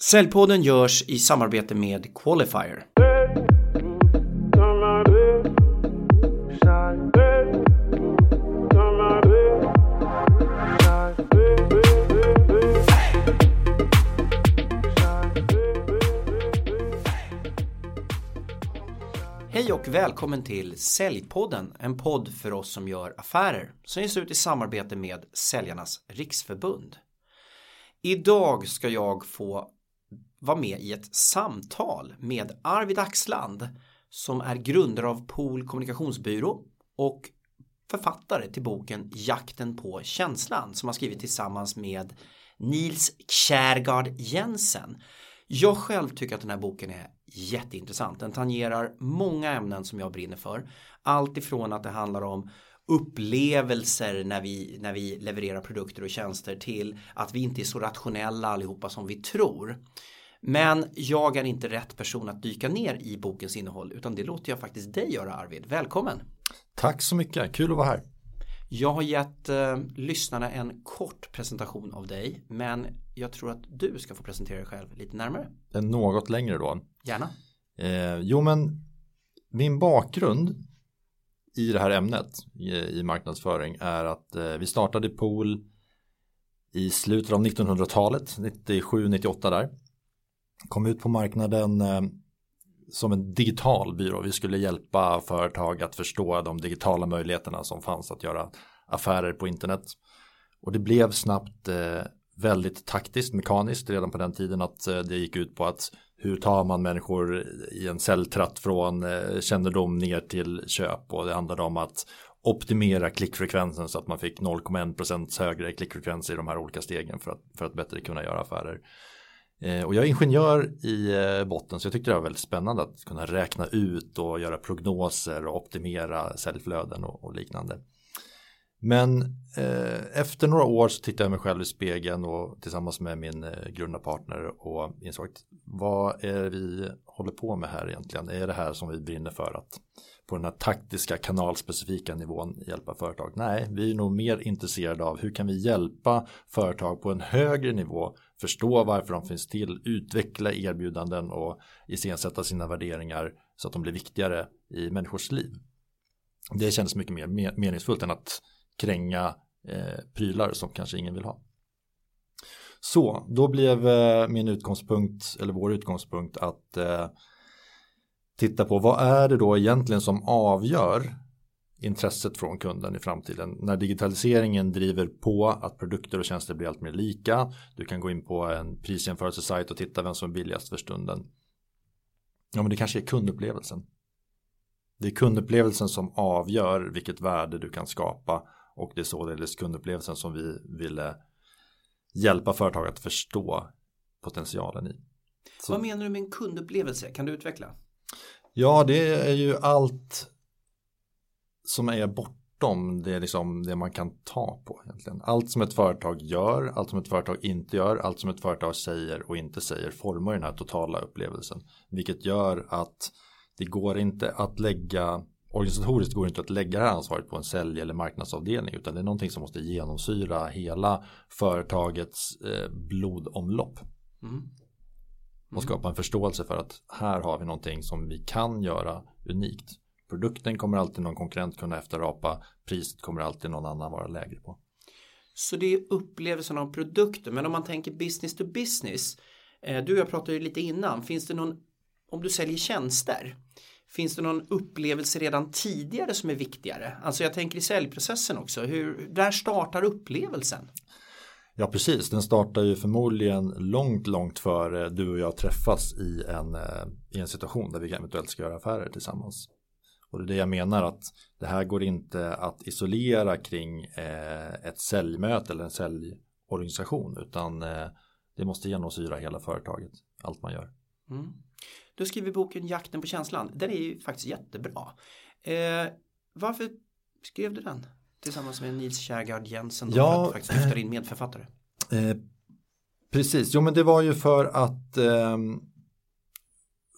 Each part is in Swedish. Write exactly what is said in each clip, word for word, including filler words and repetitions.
Säljpodden görs i samarbete med Qualifier. Hej och välkommen till Säljpodden, en podd för oss som gör affärer som ges ut i samarbete med Säljarnas Riksförbund. Idag ska jag få vara med i ett samtal med Arvid Axland som är grundare av Pool Kommunikationsbyrå och författare till boken Jakten på känslan som har skrivit tillsammans med Nils Kjærgaard Jensen. Jag själv tycker att den här boken är jätteintressant. Den tangerar många ämnen som jag brinner för. Allt ifrån att det handlar om upplevelser när vi, när vi levererar produkter och tjänster till att vi inte är så rationella allihopa som vi tror. Men jag är inte rätt person att dyka ner i bokens innehåll utan det låter jag faktiskt dig göra, Arvid. Välkommen! Tack så mycket, kul att vara här. Jag har gett eh, lyssnarna en kort presentation av dig, men jag tror att du ska få presentera dig själv lite närmare. En något längre då. Gärna. Eh, jo men min bakgrund i det här ämnet i, i marknadsföring är att eh, vi startade Pool i slutet av nittonhundratalet, nittiosju nittioåtta där. Kom ut på marknaden eh, som en digital byrå. Vi skulle hjälpa företag att förstå de digitala möjligheterna som fanns att göra affärer på internet. Och det blev snabbt eh, väldigt taktiskt, mekaniskt redan på den tiden att eh, det gick ut på att hur tar man människor i en säljtratt från eh, kännedom ner till köp. Och det handlade om att optimera klickfrekvensen så att man fick noll komma en procent högre klickfrekvens i de här olika stegen för att, för att bättre kunna göra affärer. Och jag är ingenjör i botten så jag tyckte det var väldigt spännande att kunna räkna ut och göra prognoser och optimera säljflöden och, och liknande. Men eh, efter några år så tittade jag mig själv i spegeln och tillsammans med min eh, grundarpartner och insåg att vad är det vi håller på med här egentligen? Är det här som vi brinner för att på den här taktiska kanalspecifika nivån hjälpa företag? Nej, vi är nog mer intresserade av hur kan vi hjälpa företag på en högre nivå förstå varför de finns till, utveckla erbjudanden och iscensätta sina värderingar så att de blir viktigare i människors liv. Det känns mycket mer meningsfullt än att kränga eh, prylar som kanske ingen vill ha. Så, då blev eh, min utgångspunkt, eller vår utgångspunkt att eh, titta på vad är det då egentligen som avgör intresset från kunden i framtiden. När digitaliseringen driver på att produkter och tjänster blir allt mer lika. Du kan gå in på en prisjämförelsesajt och titta vem som är billigast för stunden. Ja, men det kanske är kundupplevelsen. Det är kundupplevelsen som avgör vilket värde du kan skapa och det är således kundupplevelsen som vi ville hjälpa företag att förstå potentialen i. Så. Vad menar du med en kundupplevelse? Kan du utveckla? Ja, det är ju allt som är bortom det, är liksom det man kan ta på egentligen. Allt som ett företag gör, allt som ett företag inte gör, allt som ett företag säger och inte säger formar den här totala upplevelsen. Vilket gör att det går inte att lägga, organisatoriskt går det inte att lägga det här ansvaret på en sälj- eller marknadsavdelning utan det är någonting som måste genomsyra hela företagets eh, blodomlopp. Mm. Mm. Och skapa en förståelse för att här har vi någonting som vi kan göra unikt. Produkten kommer alltid någon konkurrent kunna efterapa. Priset kommer alltid någon annan vara lägre på. Så det är upplevelsen av produkten. Men om man tänker business to business. Eh, du och jag pratade ju lite innan. Finns det någon, om du säljer tjänster. Finns det någon upplevelse redan tidigare som är viktigare? Alltså jag tänker i säljprocessen också. Hur, där startar upplevelsen? Ja precis, den startar ju förmodligen långt, långt före du och jag träffas i en, i en situation där vi eventuellt ska göra affärer tillsammans. Och det är det jag menar att det här går inte att isolera kring eh, ett säljmöte eller en säljorganisation utan eh, det måste genomsyra hela företaget, allt man gör. Mm. Du skriver boken Jakten på känslan, den är ju faktiskt jättebra. Eh, varför skrev du den tillsammans med Nils Kjærgaard Jensen då, ja, för att faktiskt lyfta din medförfattare? Eh, precis, jo men det var ju för att eh,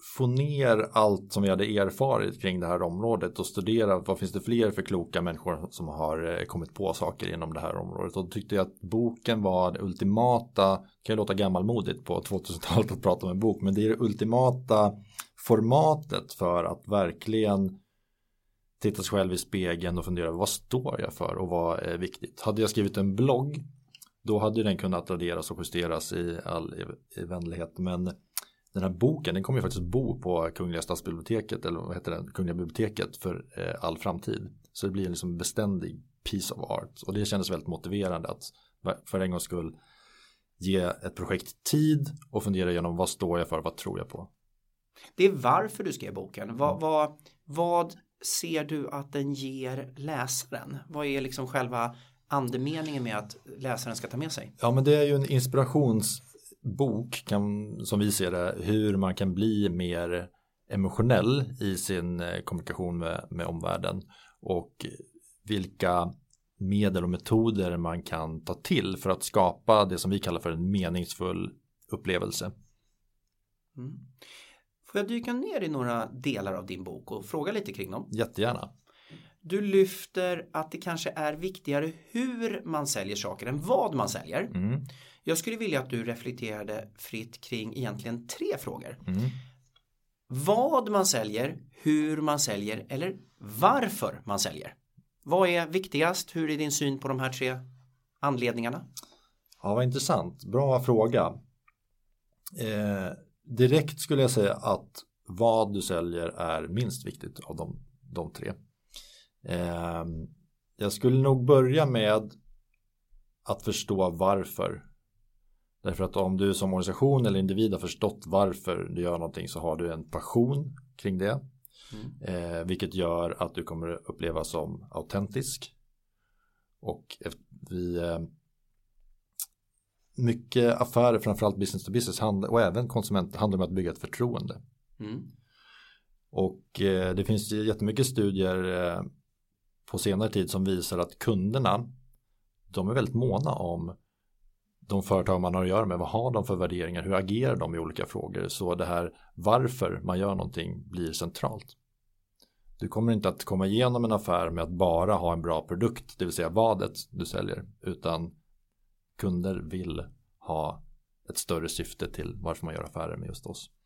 få ner allt som vi hade erfarit kring det här området och studera vad finns det fler för kloka människor som har kommit på saker inom det här området. Och då tyckte jag att boken var det ultimata, kan ju låta gammalmodigt på tvåtusentalet att prata om en bok, men det är det ultimata formatet för att verkligen titta sig själv i spegeln och fundera vad står jag för och vad är viktigt. Hade jag skrivit en blogg, då hade den kunnat raderas och justeras i all i, i vänlighet, men den här boken, den kommer ju faktiskt bo på Kungliga stadsbiblioteket eller vad heter det, Kungliga biblioteket för eh, all framtid. Så det blir en liksom beständig piece of art. Och det kändes väldigt motiverande att för en gångs skull ge ett projekt tid och fundera igenom vad står jag för, vad tror jag på. Det är varför du skrev boken. Vad, vad, vad ser du att den ger läsaren? Vad är liksom själva andemeningen med att läsaren ska ta med sig? Ja, men det är ju en inspirationsbok kan, som vi ser det, hur man kan bli mer emotionell i sin kommunikation med, med omvärlden och vilka medel och metoder man kan ta till för att skapa det som vi kallar för en meningsfull upplevelse. Mm. Får jag dyka ner i några delar av din bok och fråga lite kring dem? Jättegärna. Du lyfter att det kanske är viktigare hur man säljer saker än vad man säljer. Mm. Jag skulle vilja att du reflekterade fritt kring egentligen tre frågor. Mm. Vad man säljer, hur man säljer eller varför man säljer. Vad är viktigast? Hur är din syn på de här tre anledningarna? Ja, vad intressant. Bra fråga. Eh, direkt skulle jag säga att vad du säljer är minst viktigt av de, de tre. Eh, jag skulle nog börja med att förstå varför. Därför att om du som organisation eller individ har förstått varför du gör någonting så har du en passion kring det. Mm. Eh, vilket gör att du kommer uppleva som autentisk. Och vi, eh, mycket affärer, framförallt business to business handel, och även konsument handlar om att bygga ett förtroende. Mm. Och eh, det finns jättemycket studier eh, på senare tid som visar att kunderna, de är väldigt måna om de företag man har att göra med. Vad har de för värderingar? Hur agerar de i olika frågor? Så det här varför man gör någonting blir centralt. Du kommer inte att komma igenom en affär med att bara ha en bra produkt, det vill säga vadet du säljer, utan kunder vill ha ett större syfte till varför man gör affärer med just oss.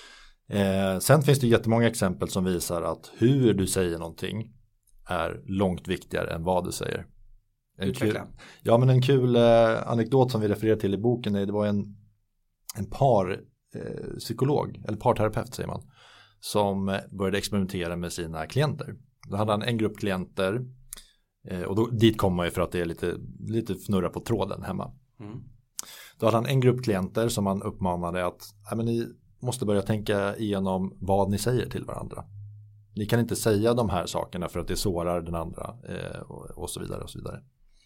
Eh, sen finns det jättemånga exempel som visar att hur du säger någonting är långt viktigare än vad du säger. En kul, ja, men en kul eh, anekdot som vi refererar till i boken är, det var en, en par eh, psykolog, eller parterapeut säger man, som började experimentera med sina klienter. Då hade han en grupp klienter eh, och då, dit kommer man ju för att det är lite, lite fnurra på tråden hemma. Mm. Då hade han en grupp klienter som han uppmanade att ja, men ni måste börja tänka igenom vad ni säger till varandra. Ni kan inte säga de här sakerna för att det sårar den andra eh, och, och så vidare och så vidare.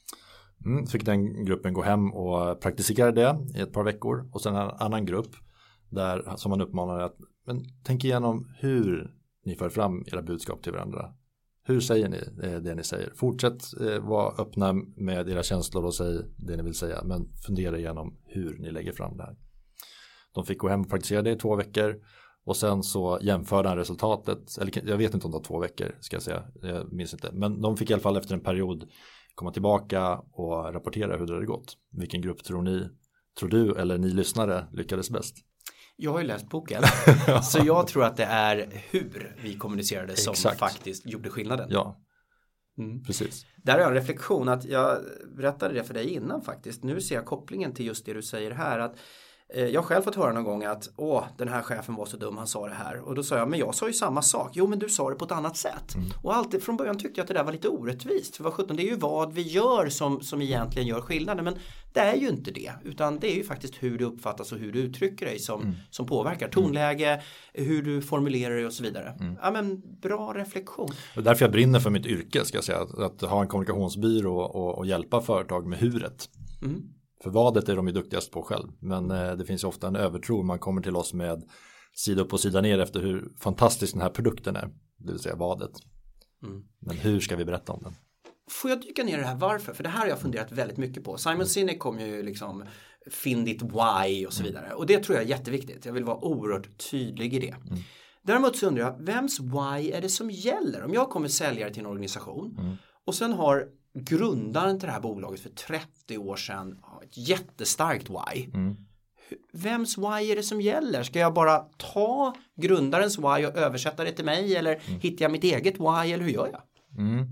Mm, fick den gruppen gå hem och praktisera det i ett par veckor. Och sen en annan grupp där som man uppmanade att men, tänk igenom hur ni för fram era budskap till varandra. Hur säger ni eh, det ni säger? Fortsätt eh, vara öppna med era känslor och säg det ni vill säga. Men fundera igenom hur ni lägger fram det här. De fick gå hem och praktisera det i två veckor. Och sen så jämförde han resultatet. Eller jag vet inte om det var två veckor ska jag säga. Jag minns inte. Men de fick i alla fall efter en period komma tillbaka och rapportera hur det hade gått. Vilken grupp tror ni, tror du eller ni lyssnare lyckades bäst? Jag har ju läst boken. Så jag tror att det är hur vi kommunicerade som Exakt. faktiskt gjorde skillnaden. Ja, mm. precis. Där har jag en reflektion att jag berättade det för dig innan faktiskt. Nu ser jag kopplingen till just det du säger här. Att jag har själv fått höra någon gång att åh, den här chefen var så dum, han sa det här. Och då sa jag, men jag sa ju samma sak. Jo, men du sa det på ett annat sätt. Mm. Och alltid från början tyckte jag att det där var lite orättvist. För vad sjutton, det är ju vad vi gör som, som egentligen gör skillnaden. Men det är ju inte det. Utan det är ju faktiskt hur du uppfattas och hur du uttrycker dig som, mm. som påverkar. Tonläge, mm. hur du formulerar dig och så vidare. Mm. Ja, men bra reflektion. Det är därför jag brinner för mitt yrke, ska jag säga. Att, att ha en kommunikationsbyrå och, och hjälpa företag med huret. Mm. För vadet är de ju duktigast på själv. Men eh, det finns ju ofta en övertro. Man kommer till oss med sida upp och sida ner efter hur fantastisk den här produkten är. Det vill säga vadet. Mm. Men hur ska vi berätta om den? Får jag dyka ner i det här varför? För det här har jag funderat väldigt mycket på. Simon Sinek kom ju liksom fyndigt why och så vidare. Och det tror jag är jätteviktigt. Jag vill vara oerhört tydlig i det. Mm. Däremot så undrar jag, vems why är det som gäller? Om jag kommer säljare till en organisation mm. och sen har grundaren till det här bolaget för trettio år sedan ett jättestarkt why. Mm. Vems why är det som gäller? Ska jag bara ta grundarens why och översätta det till mig? Eller mm. hittar jag mitt eget why? Eller hur gör jag? Mm.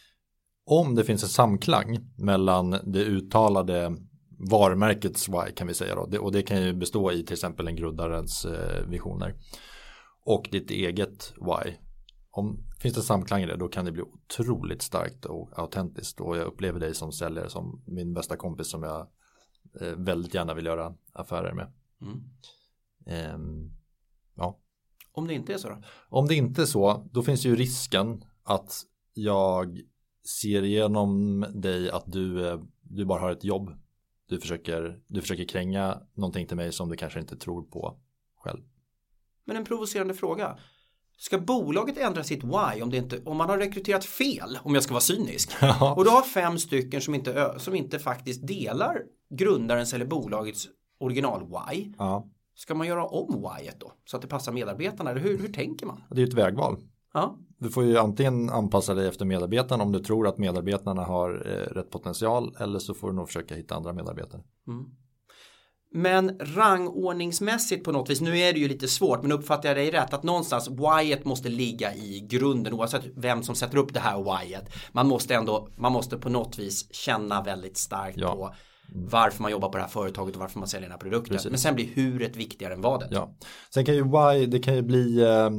Om det finns en samklang mellan det uttalade varumärkets why kan vi säga då. Det, och det kan ju bestå i till exempel en grundarens eh, visioner. Och ditt eget why. Om finns det samklang i det, då kan det bli otroligt starkt och autentiskt. Och jag upplever dig som säljare som min bästa kompis som jag eh, väldigt gärna vill göra affärer med. Mm. Ehm, ja. Om det inte är så då? Om det inte är så, då finns ju risken att jag ser igenom dig att du, eh, du bara har ett jobb. Du försöker, du försöker kränga någonting till mig som du kanske inte tror på själv. Men en provocerande fråga. Ska bolaget ändra sitt why om, det inte, om man har rekryterat fel, om jag ska vara cynisk? Ja. Och då har fem stycken som inte, som inte faktiskt delar grundarens eller bolagets original why. Ja. Ska man göra om whyet då? Så att det passar medarbetarna? Eller hur, hur tänker man? Det är ett vägval. Ja. Du får ju antingen anpassa dig efter medarbetarna om du tror att medarbetarna har eh, rätt potential. Eller så får du nog försöka hitta andra medarbetare. Mm. Men rangordningsmässigt på något vis, nu är det ju lite svårt, men uppfattar jag dig rätt att någonstans whyet måste ligga i grunden oavsett vem som sätter upp det här whyet. Man måste ändå, man måste på något vis känna väldigt starkt ja. på varför man jobbar på det här företaget och varför man säljer den här produkten. Precis. Men sen blir huret viktigare än vadet. Ja. Sen kan ju why, det kan ju bli eh,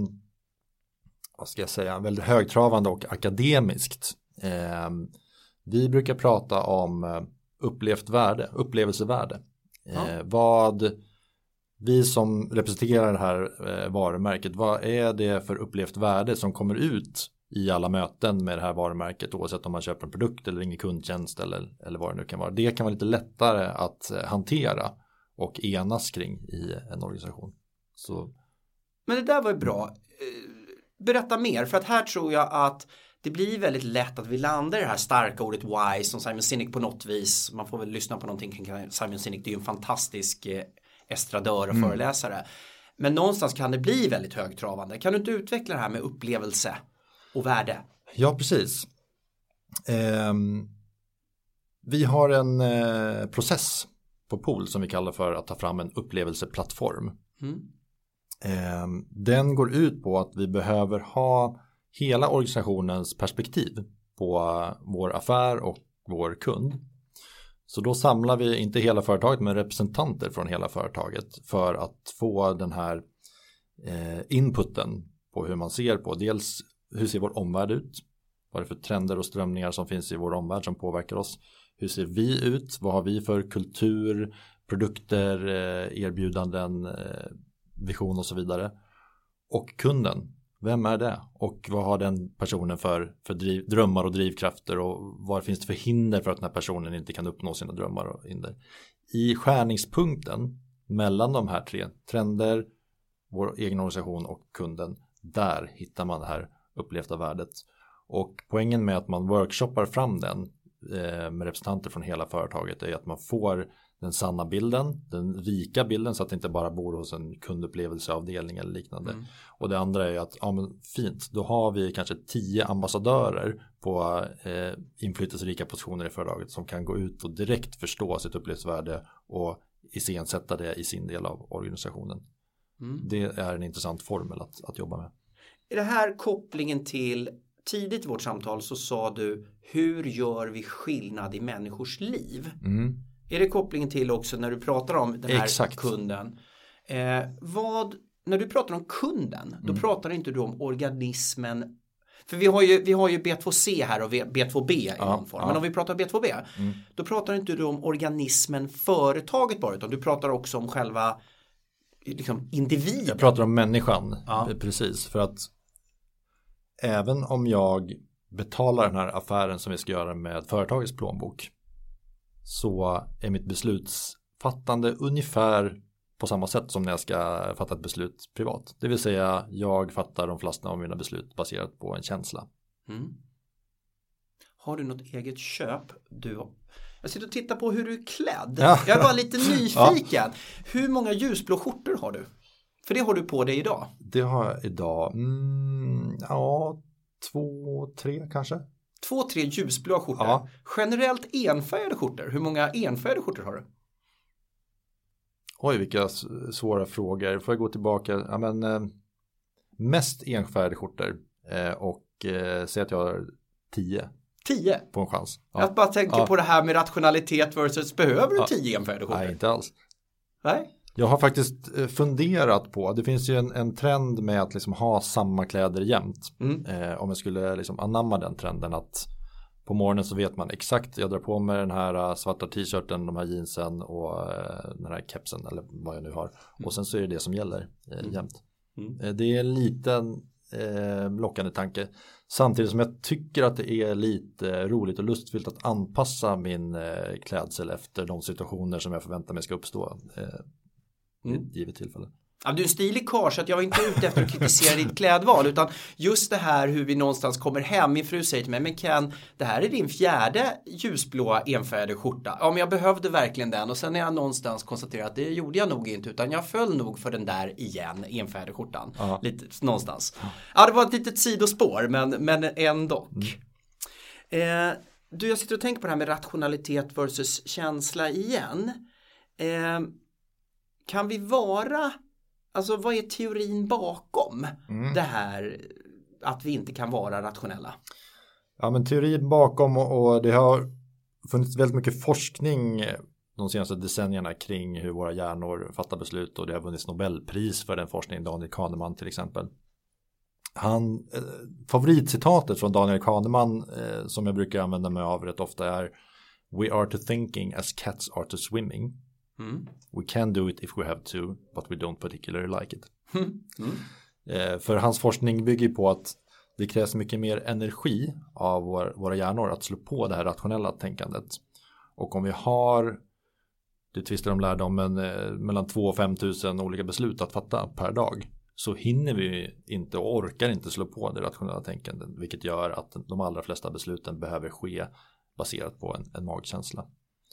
vad ska jag säga, väldigt högtravande och akademiskt. Eh, vi brukar prata om upplevt värde, upplevelsevärde. Ja. Eh, vad vi som representerar det här eh, varumärket, vad är det för upplevt värde som kommer ut i alla möten med det här varumärket, oavsett om man köper en produkt eller ringer kundtjänst eller, eller vad det nu kan vara. Det kan vara lite lättare att eh, hantera och enas kring i en organisation. Så. Men det där var ju bra. Berätta mer, för att här tror jag att det blir väldigt lätt att vi landar i det här starka ordet why som Simon Sinek på något vis. Man får väl lyssna på någonting kring Simon Sinek. Det är ju en fantastisk eh, estradör och mm. föreläsare. Men någonstans kan det bli väldigt högtravande. Kan du inte utveckla det här med upplevelse och värde? Ja, precis. Eh, vi har en eh, process på Pool som vi kallar för att ta fram en upplevelseplattform. Mm. Eh, den går ut på att vi behöver ha hela organisationens perspektiv på vår affär och vår kund. Så då samlar vi inte hela företaget men representanter från hela företaget för att få den här eh, inputen på hur man ser på dels hur ser vår omvärld ut, vad är det för trender och strömningar som finns i vår omvärld som påverkar oss, hur ser vi ut, vad har vi för kultur, produkter, eh, erbjudanden, eh, vision och så vidare, och kunden. Vem är det? Och vad har den personen för, för driv, drömmar och drivkrafter och vad finns det för hinder för att den här personen inte kan uppnå sina drömmar och hinder? I skärningspunkten mellan de här tre, trender, vår egen organisation och kunden, där hittar man det här upplevda värdet. Och poängen med att man workshoppar fram den eh, med representanter från hela företaget är att man får den sanna bilden, den rika bilden så att det inte bara bor hos en kundupplevelseavdelning eller liknande. Mm. Och det andra är att, ja men fint, då har vi kanske tio ambassadörer på eh, inflytelserika positioner i företaget som kan gå ut och direkt förstå sitt upplevelsevärde och iscensätta det i sin del av organisationen. Mm. Det är en intressant formel att, att jobba med. I det här kopplingen till tidigt i vårt samtal så sa du, hur gör vi skillnad i människors liv? Mm. Är det kopplingen till också när du pratar om den här Exakt. kunden? Eh, vad, när du pratar om kunden, mm. då pratar inte du om organismen. För vi har ju, vi har ju B två C här och B två B i ja, någon form. Ja. Men om vi pratar B två B, mm. då pratar inte du om organismen, företaget bara, utan du pratar också om själva liksom, individen. Jag pratar om människan, ja. Precis. För att även om jag betalar den här affären som vi ska göra med företagets plånbok, så är mitt beslutsfattande ungefär på samma sätt som när jag ska fatta ett beslut privat. Det vill säga, jag fattar de flesta av mina beslut baserat på en känsla. Mm. Har du något eget köp? Du, Jag sitter och tittar på hur du är klädd. Ja. Jag är bara lite nyfiken. Ja. Hur många ljusblå skjortor har du? För det har du på dig idag. Det har jag idag. Mm, ja, två, tre kanske. Två, tre ljusblå skjortor. Ja. Generellt enfärgade skjortor. Hur många enfärgade skjortor har du? Oj, vilka svåra frågor. Får jag gå tillbaka? Ja, men, eh, mest enfärgade skjortor. Eh, och eh, säg att jag har tio. Tio? På en chans. Ja. Jag bara tänker ja. på det här med rationalitet versus behöver du ja. tio enfärgade skjortor? Nej, inte alls. Nej. Jag har faktiskt funderat på, det finns ju en, en trend med att liksom ha samma kläder jämt. Mm. Eh, om jag skulle liksom anamma den trenden att på morgonen så vet man exakt, jag drar på mig den här svarta t-shirten, de här jeansen och eh, den här kepsen eller vad jag nu har. Mm. Och sen så är det det som gäller eh, mm. jämt. Mm. Eh, det är en liten eh, lockande tanke. Samtidigt som jag tycker att det är lite roligt och lustfyllt att anpassa min eh, klädsel efter de situationer som jag förväntar mig ska uppstå. Eh, Mm. ett givet tillfälle. Ja, du är en stilig karl så att jag var inte ute efter att kritisera ditt klädval utan just det här hur vi någonstans kommer hem. Min fru säger till mig, men Ken, det här är din fjärde ljusblåa enfärgade skjorta. Ja, men jag behövde verkligen den och sen är jag någonstans konstaterat att det gjorde jag nog inte utan jag föll nog för den där igen, enfärgade skjortan. Aha. Lite någonstans. Ja, det var ett litet sidospår men, men ändå. Mm. Eh, du, jag sitter och tänker på det här med rationalitet versus känsla igen. Eh, Kan vi vara, alltså vad är teorin bakom mm. det här att vi inte kan vara rationella? Ja, men teorin bakom och, och det har funnits väldigt mycket forskning de senaste decennierna kring hur våra hjärnor fattar beslut och det har vunnits Nobelpris för den forskningen, Daniel Kahneman till exempel. Han, eh, favoritcitatet från Daniel Kahneman eh, som jag brukar använda mig av rätt ofta är "We are to thinking as cats are to swimming." Mm. We can do it if we have to, but we don't particularly like it. Mm. Mm. Eh, för hans forskning bygger på att det krävs mycket mer energi av vår, våra hjärnor att slå på det här rationella tänkandet. Och om vi har, det tvistar de lärde om, men, eh, mellan två och fem tusen olika beslut att fatta per dag så hinner vi inte och orkar inte slå på det rationella tänkandet, vilket gör att de allra flesta besluten behöver ske baserat på en, en magkänsla.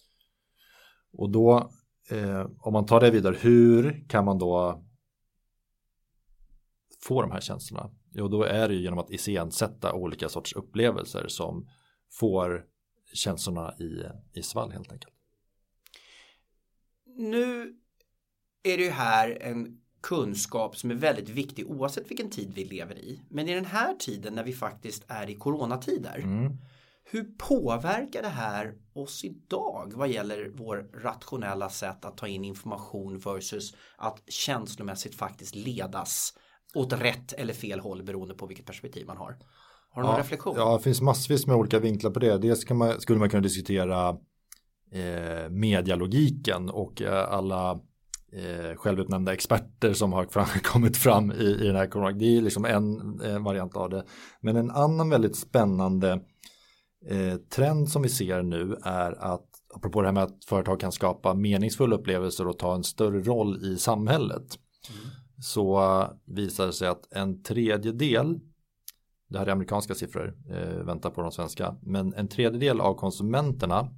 Och då Eh, om man tar det vidare, hur kan man då få de här känslorna? Jo, då är det ju genom att iscensätta olika sorts upplevelser som får känslorna i, i svall helt enkelt. Nu är det ju här en kunskap som är väldigt viktig oavsett vilken tid vi lever i. Men i den här tiden när vi faktiskt är i coronatider, mm. hur påverkar det här oss idag vad gäller vår rationella sätt att ta in information versus att känslomässigt faktiskt ledas åt rätt eller fel håll beroende på vilket perspektiv man har? Har du ja, någon reflektion? Ja, det finns massvis med olika vinklar på det. Dels kan man, skulle man kunna diskutera eh, medialogiken och eh, alla eh, självutnämnda experter som har fram, kommit fram i, i den här coronan. Det är liksom en eh, variant av det. Men en annan väldigt spännande Eh, trend som vi ser nu är att, apropå det här med att företag kan skapa meningsfulla upplevelser och ta en större roll i samhället, mm. så uh, visar det sig att en tredjedel, det här är amerikanska siffror, eh, väntar på de svenska, men en tredjedel av konsumenterna,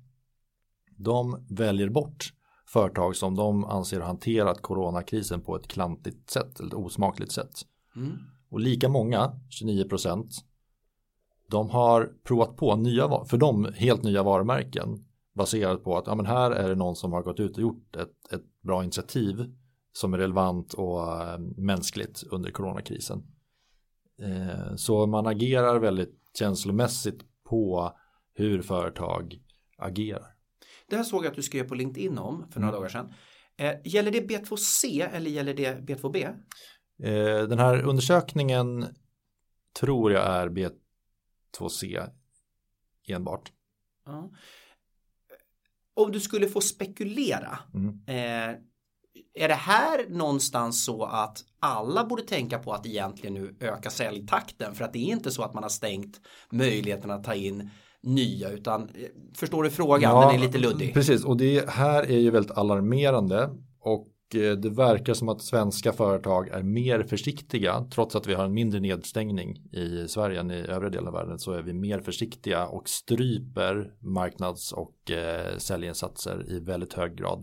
de väljer bort företag som de anser har hanterat coronakrisen på ett klantigt sätt eller osmakligt sätt. Mm. Och lika många, tjugonio procent, de har provat på nya, för dem helt nya varumärken baserat på att ja, men här är det någon som har gått ut och gjort ett, ett bra initiativ som är relevant och äh, mänskligt under coronakrisen. Eh, så man agerar väldigt känslomässigt på hur företag agerar. Det här såg jag att du skrev på LinkedIn om för några mm. dagar sedan. Eh, gäller det B två C eller gäller det B två B? Eh, den här undersökningen tror jag är B två C enbart. Ja. Om du skulle få spekulera, mm. eh, är det här någonstans så att alla borde tänka på att egentligen nu öka säljtakten, för att det är inte så att man har stängt möjligheten att ta in nya, utan förstår du frågan? Ja, den är lite luddig. Precis, och det här är ju väldigt alarmerande och det verkar som att svenska företag är mer försiktiga. Trots att vi har en mindre nedstängning i Sverige än i övriga delar av världen, så är vi mer försiktiga och stryper marknads- och eh, säljinsatser i väldigt hög grad.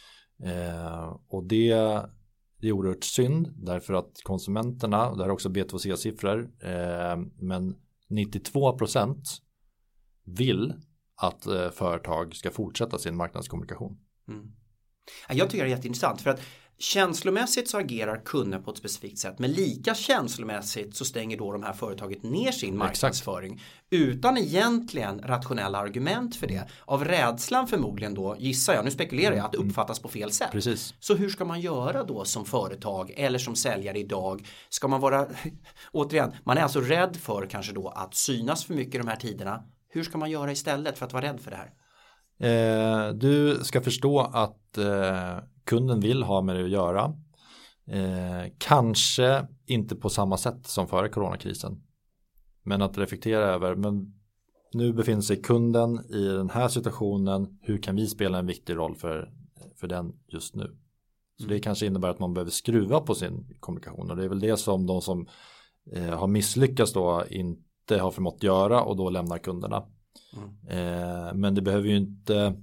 Eh, och det, det är oerhört synd, därför att konsumenterna, och det här är också B två C-siffror, eh, men nittiotvå procent vill att eh, företag ska fortsätta sin marknadskommunikation. Mm. Jag tycker det är jätteintressant, för att känslomässigt så agerar kunden på ett specifikt sätt, men lika känslomässigt så stänger då de här företaget ner sin marknadsföring. Exakt. Utan egentligen rationella argument för det. Av rädslan förmodligen då, gissar jag, nu spekulerar jag, att det uppfattas på fel sätt. Precis. Så hur ska man göra då som företag eller som säljare idag? Ska man vara, återigen, man är alltså rädd för kanske då att synas för mycket i de här tiderna. Hur ska man göra istället för att vara rädd för det här? Eh, du ska förstå att eh, kunden vill ha med det att göra. Eh, kanske inte på samma sätt som före coronakrisen. Men att reflektera över, men nu befinner sig kunden i den här situationen. Hur kan vi spela en viktig roll för, för den just nu? Så det kanske innebär att man behöver skruva på sin kommunikation. Och det är väl det som de som eh, har misslyckats då inte har förmått göra, och då lämnar kunderna. Mm. Eh, men det behöver ju inte,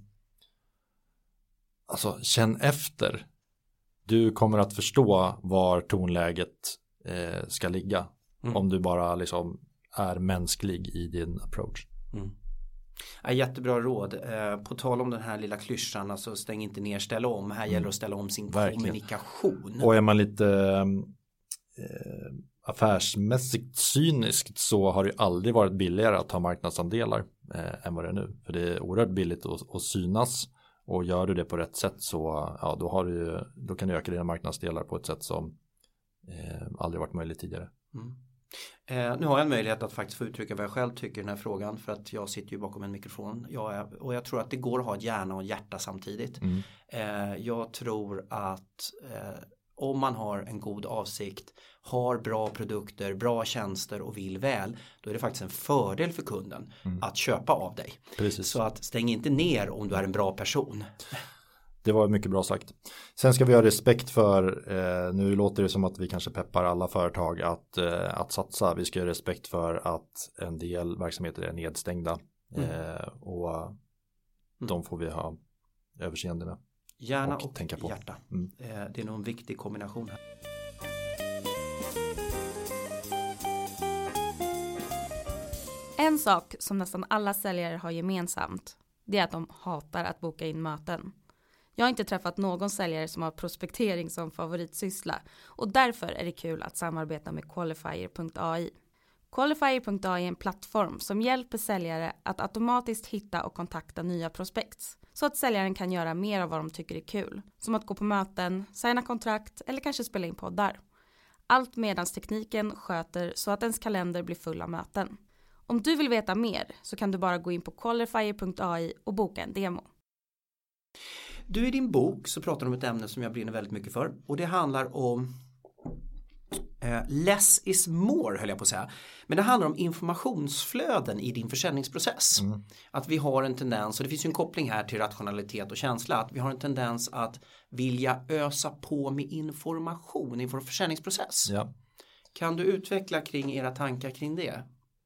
alltså känn efter. Du kommer att förstå var tonläget eh, ska ligga. Mm. Om du bara liksom är mänsklig i din approach. Mm. Ja, jättebra råd. Eh, på tal om den här lilla klyschan, alltså stäng inte ner, ställa om. Här mm. gäller det att ställa om sin Verkligen. kommunikation. Och är man lite eh, affärsmässigt cyniskt, så har det aldrig varit billigare att ta marknadsandelar eh, än vad det är nu. För det är oerhört billigt att, att synas, och gör du det på rätt sätt så ja, då, har du, då kan du öka dina marknadsdelar på ett sätt som eh, aldrig varit möjligt tidigare. Mm. Eh, nu har jag en möjlighet att faktiskt få uttrycka vad jag själv tycker i den här frågan, för att jag sitter ju bakom en mikrofon. Jag är, och jag tror att det går att ha ett hjärna och ett hjärta samtidigt. Mm. Eh, jag tror att eh, om man har en god avsikt, har bra produkter, bra tjänster och vill väl, då är det faktiskt en fördel för kunden mm. att köpa av dig. Precis. Så att stäng inte ner om du är en bra person. Det var mycket bra sagt. Sen ska vi ha respekt för, eh, nu låter det som att vi kanske peppar alla företag att, eh, att satsa. Vi ska ha respekt för att en del verksamheter är nedstängda. Mm. Eh, och mm. de får vi ha överseende med. Hjärna och, och tänka på. hjärta. Mm. Eh, det är nog en viktig kombination här. En sak som nästan alla säljare har gemensamt, det är att de hatar att boka in möten. Jag har inte träffat någon säljare som har prospektering som favoritsyssla, och därför är det kul att samarbeta med Qualifier punkt a i. Qualifier punkt a i är en plattform som hjälper säljare att automatiskt hitta och kontakta nya prospects, så att säljaren kan göra mer av vad de tycker är kul, som att gå på möten, signa kontrakt eller kanske spela in poddar. Allt medans tekniken sköter så att ens kalender blir full av möten. Om du vill veta mer så kan du bara gå in på Qualifier punkt a i och boka en demo. Du, i din bok så pratar du om ett ämne som jag brinner väldigt mycket för, och det handlar om eh, less is more, höll jag på att säga. Men det handlar om informationsflöden i din försäljningsprocess. Mm. Att vi har en tendens, och det finns ju en koppling här till rationalitet och känsla, att vi har en tendens att vilja ösa på med information i vår försäljningsprocess. Ja. Kan du utveckla kring era tankar kring det?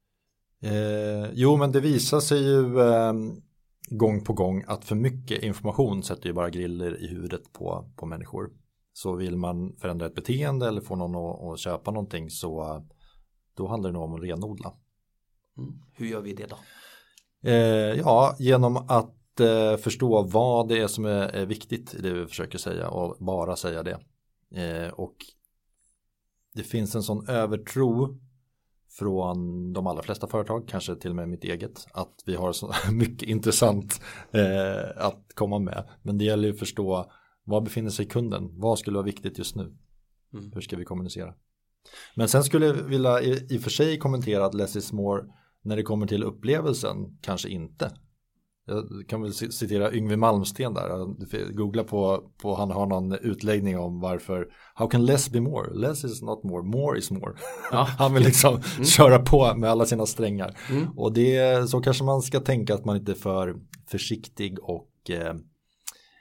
Eh, jo, men det visar sig ju eh, gång på gång att för mycket information sätter ju bara griller i huvudet på, på människor. Så vill man förändra ett beteende eller få någon att, att köpa någonting, så då handlar det nog om att renodla. Mm. Hur gör vi det då? Eh, ja, genom att eh, förstå vad det är som är, är viktigt i det vi försöker säga, och bara säga det. Eh, och det finns en sån övertro från de allra flesta företag, kanske till och med mitt eget, att vi har så mycket intressant eh, att komma med. Men det gäller ju att förstå, var befinner sig kunden? Vad skulle vara viktigt just nu? Mm. Hur ska vi kommunicera? Men sen skulle jag vilja i, i och för sig kommentera att less is more när det kommer till upplevelsen, kanske inte. Jag kan väl citera Yngwie Malmsteen där. Googla på, på han har någon utläggning om varför how can less be more? Less is not more, more is more. Ja. Han vill liksom mm. köra på med alla sina strängar. Mm. Och det, så kanske man ska tänka att man inte är för försiktig och eh,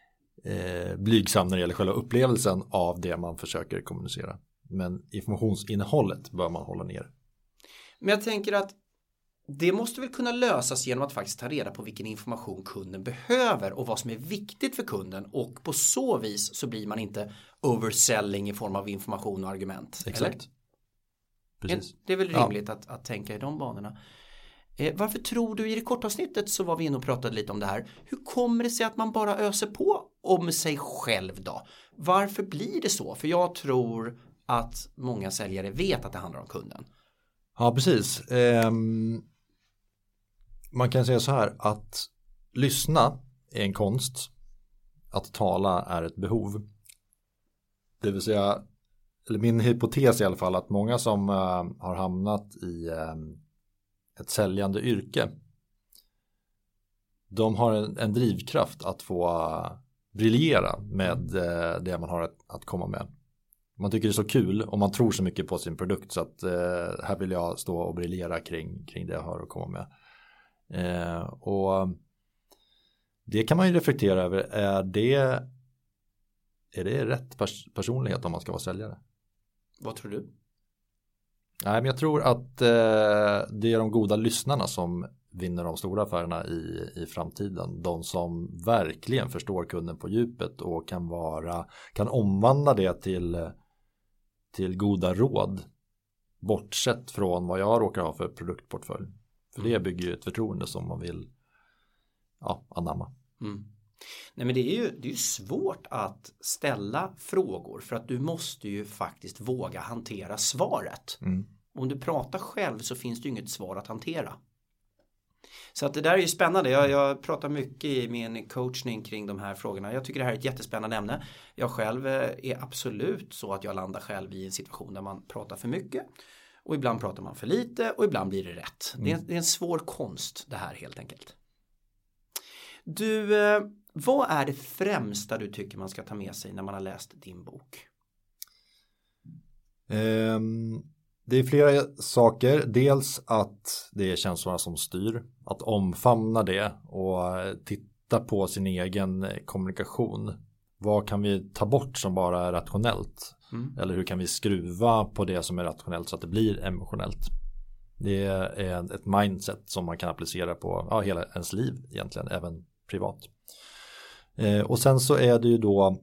eh, blygsam när det gäller själva upplevelsen av det man försöker kommunicera. Men informationsinnehållet bör man hålla ner. Men jag tänker att det måste väl kunna lösas genom att faktiskt ta reda på vilken information kunden behöver och vad som är viktigt för kunden, och på så vis så blir man inte overselling i form av information och argument. Exakt. Eller? Precis. Det är väl rimligt ja. att, att tänka i de banorna. Eh, varför tror du, i det kortavsnittet så var vi inne och pratade lite om det här. Hur kommer det sig att man bara öser på om sig själv då? Varför blir det så? För jag tror att många säljare vet att det handlar om kunden. Ja, precis. Um, man kan säga så här att lyssna är en konst. Att tala är ett behov. Det vill säga, eller min hypotes i alla fall, att många som uh, har hamnat i um, ett säljande yrke, de har en, en drivkraft att få uh, briljera med uh, det man har att, att komma med. Man tycker det är så kul och man tror så mycket på sin produkt så att uh, här vill jag stå och briljera kring, kring det jag har att komma med. Uh, och det kan man ju reflektera över. Är det, är det rätt pers- personlighet om man ska vara säljare? Vad tror du? Nej, men jag tror att eh, det är de goda lyssnarna som vinner de stora affärerna i, i framtiden. De som verkligen förstår kunden på djupet och kan vara, kan omvandla det till, till goda råd. Bortsett från vad jag råkar ha för produktportfölj. För det bygger ju ett förtroende som man vill ja, anamma. Mm. Nej, men det är ju, det är ju svårt att ställa frågor för att du måste ju faktiskt våga hantera svaret. Mm. Om du pratar själv så finns det ju inget svar att hantera. Så att det där är ju spännande. Jag, jag pratar mycket i min coachning kring de här frågorna. Jag tycker det här är ett jättespännande ämne. Jag själv är absolut så att jag landar själv i en situation där man pratar för mycket. Och ibland pratar man för lite och ibland blir det rätt. Mm. Det, är, det är en svår konst det här helt enkelt. Du, vad är det främsta du tycker man ska ta med sig när man har läst din bok? Um, det är flera saker. Dels att det är känslorna som styr. Att omfamna det och titta på sin egen kommunikation. Vad kan vi ta bort som bara är rationellt? Mm. Eller hur kan vi skruva på det som är rationellt så att det blir emotionellt? Det är ett mindset som man kan applicera på ja, hela ens liv egentligen, även privat. Eh, och sen så är det ju då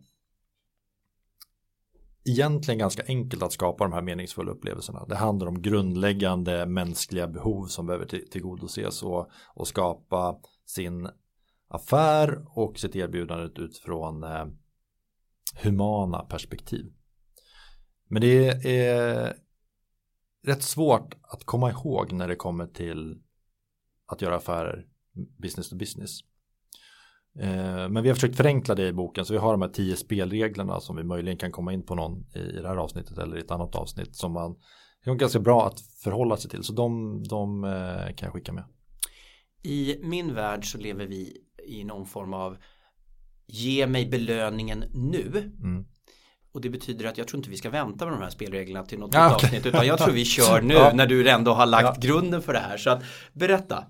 egentligen ganska enkelt att skapa de här meningsfulla upplevelserna. Det handlar om grundläggande mänskliga behov som behöver till- tillgodoses och, och skapa sin affär och sitt erbjudande utifrån eh, humana perspektiv. Men det är rätt svårt att komma ihåg när det kommer till att göra affärer business to business. Eh, men vi har försökt förenkla det i boken, så vi har de här tio spelreglerna som vi möjligen kan komma in på någon i det här avsnittet eller i ett annat avsnitt som man är ganska bra att förhålla sig till. Så de, de eh, kan jag skicka med. I min värld så lever vi i någon form av ge mig belöningen nu. Mm. Och det betyder att jag tror inte vi ska vänta med de här spelreglerna till något ja, okay. avsnitt, utan jag tror vi kör nu ja. när du ändå har lagt ja. grunden för det här. Så att, berätta.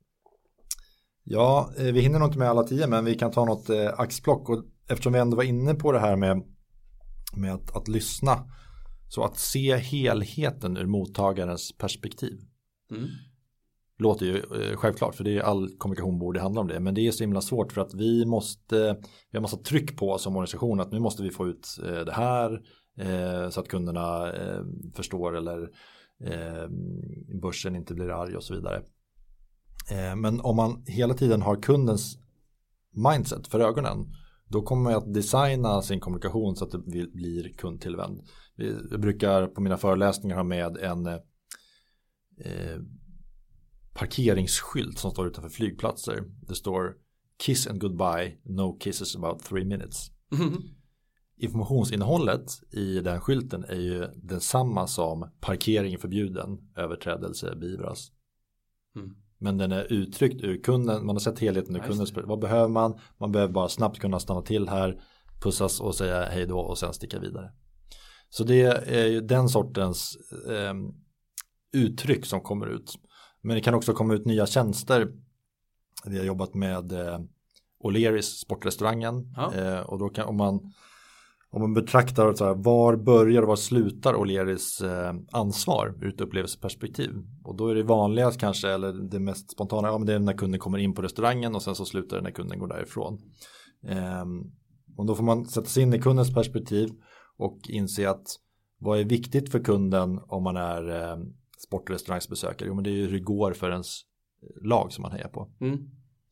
Ja, vi hinner nog inte med alla tio, men vi kan ta något eh, axplock. Och eftersom vi ändå var inne på det här med, med att, att lyssna, så att se helheten ur mottagarens perspektiv. Mm. Låter ju eh, självklart, för det är all kommunikation borde handla om det. Men det är så himla svårt för att vi måste, vi har massa tryck på oss som organisation att nu måste vi få ut eh, det här eh, så att kunderna eh, förstår eller eh, börsen inte blir arg och så vidare. Eh, men om man hela tiden har kundens mindset för ögonen, då kommer man att designa sin kommunikation så att det blir kundtillvänd. Jag brukar på mina föreläsningar ha med en eh, parkeringsskylt som står utanför flygplatser. Det står kiss and goodbye, no kisses about three minutes. Mm. Informationsinnehållet i den skylten är ju densamma som parkering förbjuden, överträdelse beivras. Mm. Men den är uttryckt ur kunden, man har sett helheten ur kundens, vad behöver man? Man behöver bara snabbt kunna stanna till här, pussas och säga hej då och sen sticka vidare. Så det är ju den sortens eh, uttryck som kommer ut. Men det kan också komma ut nya tjänster. Vi har jobbat med eh, O'Learys, sportrestaurangen. Ja. Eh, och då kan, om man Om man betraktar så här, var börjar och var slutar O'Learys eh, ansvar ur ett upplevelseperspektiv. Och då är det vanligast kanske, eller det mest spontana, ja, men det är när kunden kommer in på restaurangen och sen så slutar det när kunden går därifrån. Eh, och då får man sätta sig in i kundens perspektiv och inse att vad är viktigt för kunden om man är eh, sportrestaurangsbesökare? Jo, men det är ju hur det går för ens lag som man hejar på. Mm.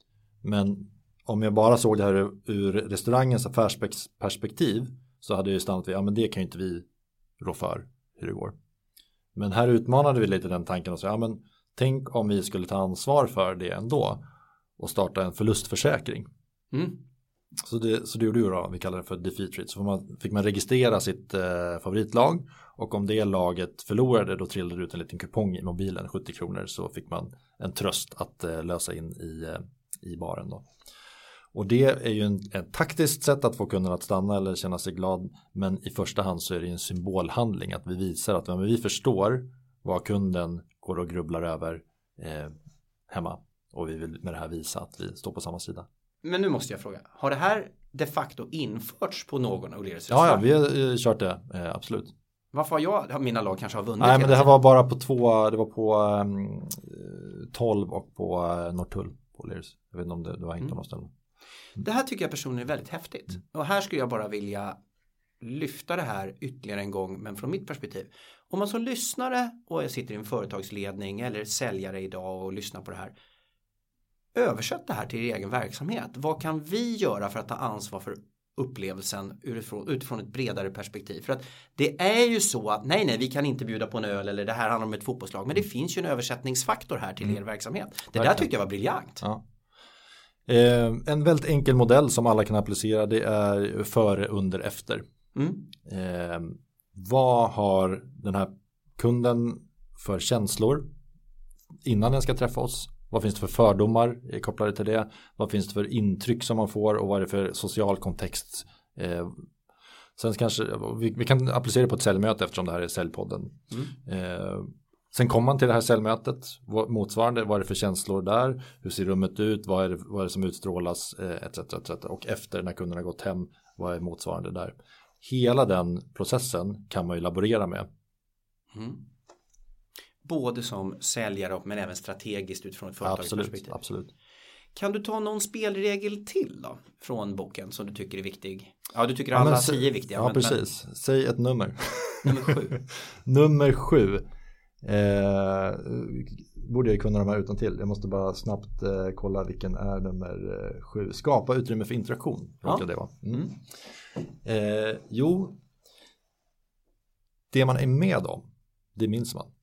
Men om jag bara såg det här ur, ur restaurangens affärsperspektiv så hade jag ju stannat vid, ja men det kan ju inte vi rå för hur det går. Men här utmanade vi lite den tanken och sa, ja men tänk om vi skulle ta ansvar för det ändå och starta en förlustförsäkring. Mm. Så, det, så det gjorde ju då, vi kallar det för defeat rate. Så får man, fick man registrera sitt eh, favoritlag och om det laget förlorade då trillade det ut en liten kupong i mobilen, sjuttio kronor, så fick man en tröst att eh, lösa in i, eh, i baren då. Och det är ju en, ett taktiskt sätt att få kunden att stanna eller känna sig glad. Men i första hand så är det en symbolhandling att vi visar att ja, men vi förstår vad kunden går och grubblar över eh, hemma. Och vi vill med det här visa att vi står på samma sida. Men nu måste jag fråga, har det här de facto införts på någon av O'Learys restaurang? Ja, ja, vi har eh, kört det, eh, absolut. Varför har jag, mina lag kanske har vunnit? Nej, men det här var bara på två, det var på um, tolv och på uh, Norrtull på O'Learys. Jag vet inte om det, det var inte mm. någon ställe. Det här tycker jag personligen är väldigt häftigt. Mm. Och här skulle jag bara vilja lyfta det här ytterligare en gång, men från mitt perspektiv. Om man som lyssnare och jag sitter i en företagsledning eller säljare idag och lyssnar på det här. Översätt det här till er egen verksamhet. Vad kan vi göra för att ta ansvar för upplevelsen utifrån, utifrån ett bredare perspektiv? För att det är ju så att nej, nej, vi kan inte bjuda på en öl eller det här handlar om ett fotbollslag. Men det finns ju en översättningsfaktor här till mm. er verksamhet. Det Verkligen. Där tyckte jag var briljant. Ja. Eh, en väldigt enkel modell som alla kan applicera, det är före, under, efter. Mm. Eh, vad har den här kunden för känslor innan den ska träffa oss? Vad finns det för fördomar kopplade till det? Vad finns det för intryck som man får och vad är det för social kontext? Eh, sen kanske, vi, vi kan applicera det på ett säljmöte eftersom det här är säljpodden. Mm. Eh, Sen kommer man till det här säljmötet, motsvarande, vad är det för känslor där, hur ser rummet ut, vad är det, vad är det som utstrålas, et cetera, et cetera. Och efter när kunden har gått hem, vad är motsvarande där. Hela den processen kan man ju laborera med. Mm. Både som säljare men även strategiskt utifrån ett företagsperspektiv. Absolut, absolut. Kan du ta någon spelregel till då från boken som du tycker är viktig? Ja, du tycker alla ja, tio är viktiga. Ja, men, precis. Men... Säg ett nummer. Nummer sju. Nummer sju. Eh, borde jag kunna de här utan till. Jag måste bara snabbt eh, kolla vilken är nummer eh, sju. Skapa utrymme för interaktion. Ja. Det vara. Mm. Mm. Eh, jo, det man är med om, det minns man.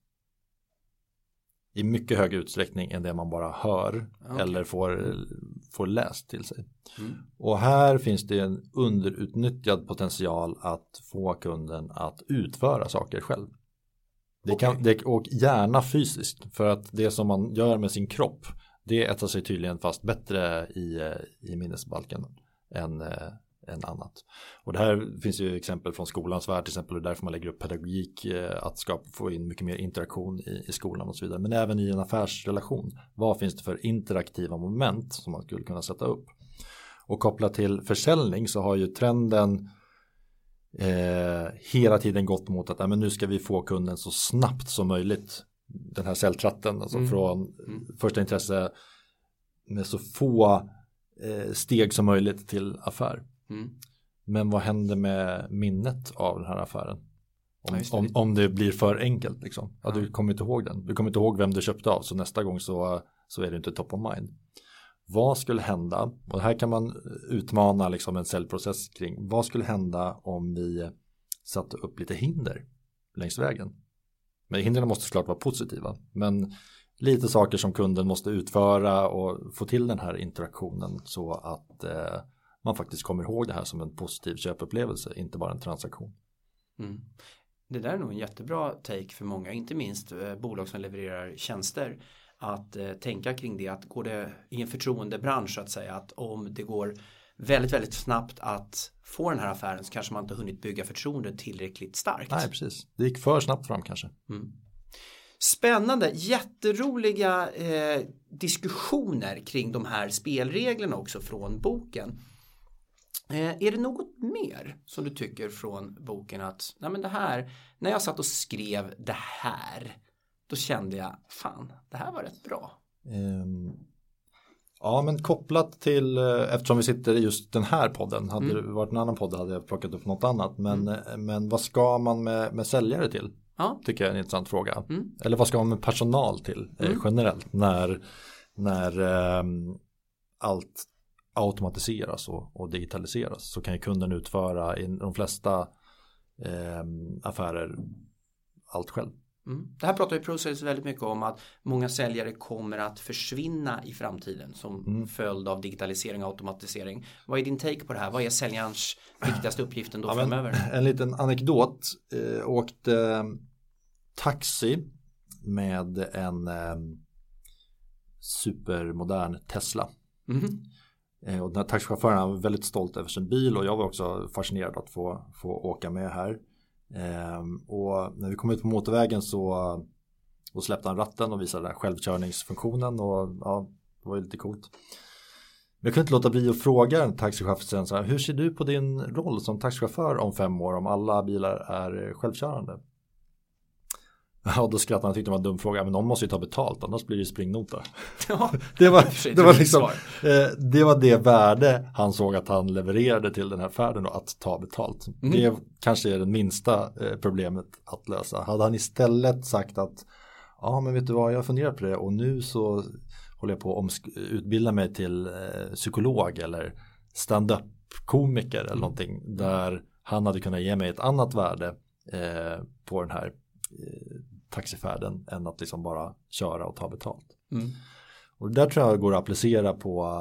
I mycket högre utsträckning än det man bara hör okay. eller får, får läst till sig. Mm. Och här finns det en underutnyttjad potential att få kunden att utföra saker själv. Det kan, okay. det, och gärna fysiskt, för att det som man gör med sin kropp, det äter sig tydligen fast bättre i, i minnesbalken än, än annat. Och det här finns ju exempel från skolans värld till exempel, och därför man lägger upp pedagogik, att skapa, få in mycket mer interaktion i, i skolan och så vidare. Men även i en affärsrelation, vad finns det för interaktiva moment som man skulle kunna sätta upp? Och kopplat till försäljning så har ju trenden Eh, hela tiden gått mot att äh, men nu ska vi få kunden så snabbt som möjligt, den här säljtratten alltså mm. från mm. första intresse med så få eh, steg som möjligt till affär. Mm. Men vad händer med minnet av den här affären? Om, ja, det. Om, om det blir för enkelt liksom. Ja, ja. Du kommer inte ihåg den. Du kommer inte ihåg vem du köpte av, så nästa gång så, så är det inte top of mind. Vad skulle hända, och här kan man utmana liksom en säljprocess kring, vad skulle hända om vi satte upp lite hinder längs vägen? Men hindren måste såklart vara positiva, men lite saker som kunden måste utföra och få till den här interaktionen så att eh, man faktiskt kommer ihåg det här som en positiv köpupplevelse, inte bara en transaktion. Mm. Det där är nog en jättebra take för många, inte minst eh, bolag som levererar tjänster. Att eh, tänka kring det, att går det i en förtroendebransch så att säga, att om det går väldigt väldigt snabbt att få den här affären så kanske man inte hunnit bygga förtroende tillräckligt starkt. Nej, precis. Det gick för snabbt fram kanske. Mm. Spännande, jätteroliga eh, diskussioner kring de här spelreglerna också från boken. Eh, är det något mer som du tycker från boken att nej men det här, när jag satt och skrev det här, då kände jag fan, det här var rätt bra. Um, ja, men kopplat till, eftersom vi sitter i just den här podden, hade mm. det varit en annan podd hade jag plockat upp något annat, men, mm. men vad ska man med, med säljare till? Ja. Tycker jag är en intressant fråga. Mm. Eller vad ska man med personal till mm. eh, generellt när, när eh, allt automatiseras och, och digitaliseras, så kan ju kunden utföra i de flesta eh, affärer allt själv. Mm. Det här pratar ju ProSales väldigt mycket om, att många säljare kommer att försvinna i framtiden som mm. följd av digitalisering och automatisering. Vad är din take på det här? Vad är säljarens viktigaste uppgiften då ja, framöver? En liten anekdot. Eh, åkte eh, taxi med en eh, supermodern Tesla. Mm. Eh, och den här taxichauffören var väldigt stolt över sin bil, och jag var också fascinerad att få, få åka med här. Um, och när vi kom ut på motorvägen så och släppte han ratten och visade den här självkörningsfunktionen, och ja, det var ju lite coolt. Men jag kunde inte låta bli att fråga en taxichaufför så här, hur ser du på din roll som taxichaufför om fem år om alla bilar är självkörande? Ja, då skrattade han och tyckte det var en dum fråga, men någon måste ju ta betalt, annars blir det springnota. Ja, det var det var liksom eh, det var det värde han såg att han levererade till den här färden, och att ta betalt. Mm. Det kanske är det minsta eh, problemet att lösa. Hade han istället sagt att ja, men vet du vad, jag funderar på det, och nu så håller jag på att utbilda mig till eh, psykolog eller stand-up komiker eller någonting, där han hade kunnat ge mig ett annat värde eh, på den här taxifärden än att liksom bara köra och ta betalt. Mm. Och där tror jag går att applicera på,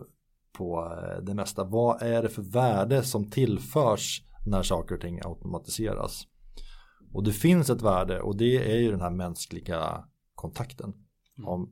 på det mesta. Vad är det för värde som tillförs när saker och ting automatiseras? Och det finns ett värde, och det är ju den här mänskliga kontakten. Mm. Om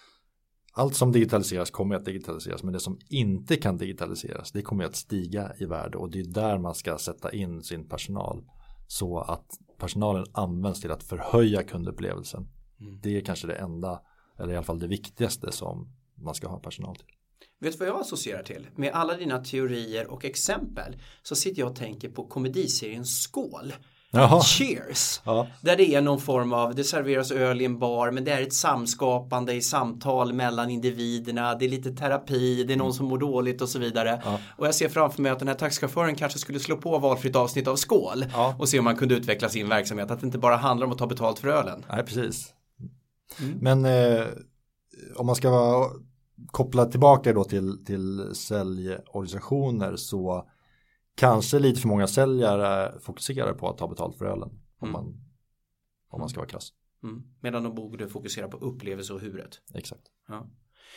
allt som digitaliseras kommer att digitaliseras, men det som inte kan digitaliseras, det kommer att stiga i värde, och det är där man ska sätta in sin personal, så att personalen används till att förhöja kundupplevelsen. Mm. Det är kanske det enda, eller i alla fall det viktigaste som man ska ha personal till. Vet du vad jag associerar till? Med alla dina teorier och exempel så sitter jag och tänker på komediserien Skål. Jaha. Cheers. Ja. Där det är någon form av, det serveras öl i en bar, men det är ett samskapande i samtal mellan individerna, det är lite terapi, det är någon som mår dåligt och så vidare. Ja. Och jag ser framför mig att den här taxichauffören kanske skulle slå på valfritt avsnitt av Skål, ja, och se om man kunde utveckla sin verksamhet, att det inte bara handlar om att ta betalt för ölen. Nej, precis. Mm. Men eh, om man ska vara, koppla tillbaka då till, till säljorganisationer, så kanske lite för många säljare fokuserar på att ta betalt för ölen, om, mm. man, om man ska vara krass. Mm. Medan de borde fokusera på upplevelse och huvudet. Exakt. Ja.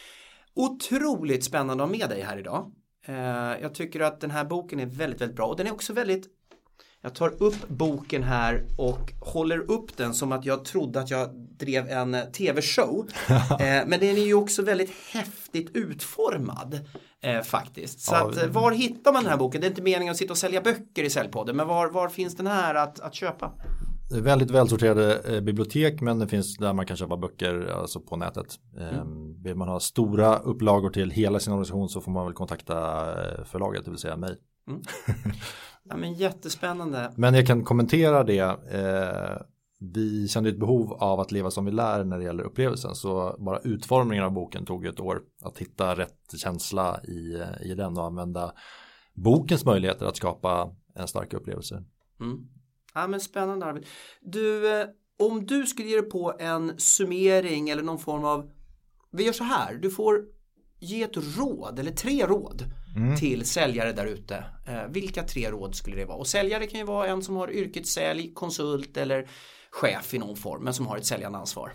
Otroligt spännande att ha med dig här idag. Eh, jag tycker att den här boken är väldigt, väldigt bra. Och den är också väldigt, jag tar upp boken här och håller upp den som att jag trodde att jag drev en tv-show. eh, men den är ju också väldigt häftigt utformad. Eh, faktiskt. Så ja, att, eh, var hittar man den här boken? Det är inte meningen att sitta och sälja böcker i Säljpodden, men var, var finns den här att, att köpa? Väldigt välsorterade eh, bibliotek, men det finns där man kan köpa böcker alltså på nätet. Eh, mm. Vill man ha stora upplagor till hela sin organisation, så får man väl kontakta eh, förlaget, det vill säga mig. Mm. Ja, men jättespännande. Men jag kan kommentera det. Eh, vi kände ett behov av att leva som vi lär när det gäller upplevelsen, så bara utformningen av boken tog ett år att hitta rätt känsla i, i den och använda bokens möjligheter att skapa en stark upplevelse. Mm. Ja, men spännande, Arvid. Du, eh, om du skulle ge dig på en summering eller någon form av, vi gör så här, du får ge ett råd eller tre råd mm. till säljare där ute. Eh, vilka tre råd skulle det vara? Och säljare kan ju vara en som har yrket sälj, konsult eller chef i någon form, men som har ett säljande ansvar.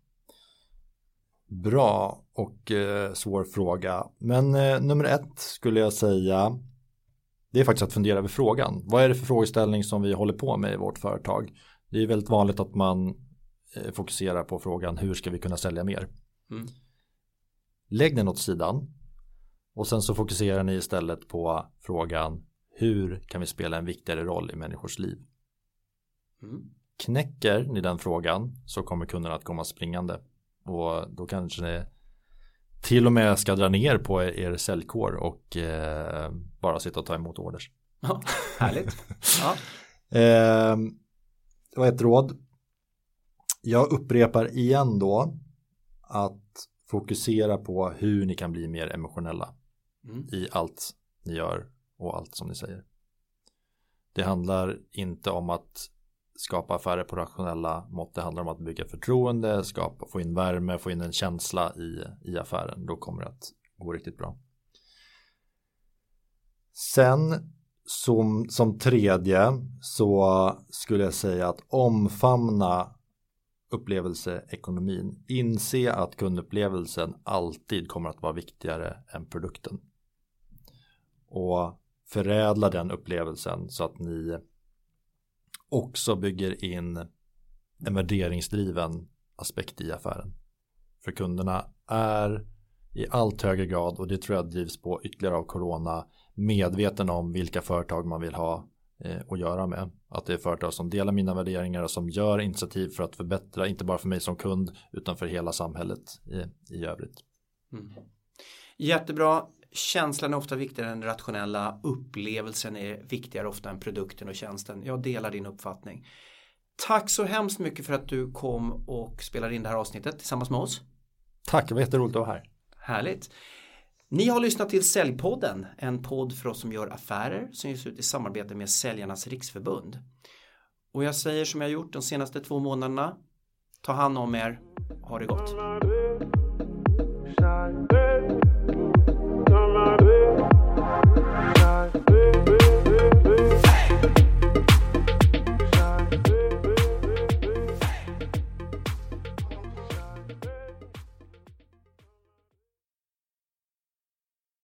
Bra och eh, svår fråga. Men eh, nummer ett skulle jag säga, det är faktiskt att fundera över frågan. Vad är det för frågeställning som vi håller på med i vårt företag? Det är väldigt vanligt att man eh, fokuserar på frågan, hur ska vi kunna sälja mer? Mm. Lägg den åt sidan och sen så fokuserar ni istället på frågan, hur kan vi spela en viktigare roll i människors liv? Mm. knäcker ni den frågan så kommer kunderna att komma springande. Och då kanske ni till och med ska dra ner på er, er säljkår och eh, bara sitta och ta emot orders. Ja, härligt. Ja. eh, det var ett råd. Jag upprepar igen då att fokusera på hur ni kan bli mer emotionella mm. i allt ni gör och allt som ni säger. Det handlar inte om att skapa affärer på rationella mått. Det handlar om att bygga förtroende, skapa, få in värme, få in en känsla i, i affären. Då kommer det att gå riktigt bra. Sen som, som tredje så skulle jag säga att omfamna upplevelseekonomin. Inse att kundupplevelsen alltid kommer att vara viktigare än produkten. Och förädla den upplevelsen så att ni också bygger in en värderingsdriven aspekt i affären. För kunderna är i allt högre grad, och det tror jag drivs på ytterligare av corona, medveten om vilka företag man vill ha eh, att göra med. Att det är företag som delar mina värderingar och som gör initiativ för att förbättra, inte bara för mig som kund utan för hela samhället i, i övrigt. Mm. Jättebra. Känslan är ofta viktigare än rationella. Upplevelsen är viktigare ofta än produkten och tjänsten. Jag delar din uppfattning. Tack så hemskt mycket för att du kom och spelade in det här avsnittet tillsammans med oss. Tack, det var jätteroligt att vara här. Härligt. Ni har lyssnat till Säljpodden, en podd för oss som gör affärer som ges ut i samarbete med Säljarnas riksförbund. Och jag säger som jag gjort de senaste två månaderna. Ta hand om er. Ha det gott.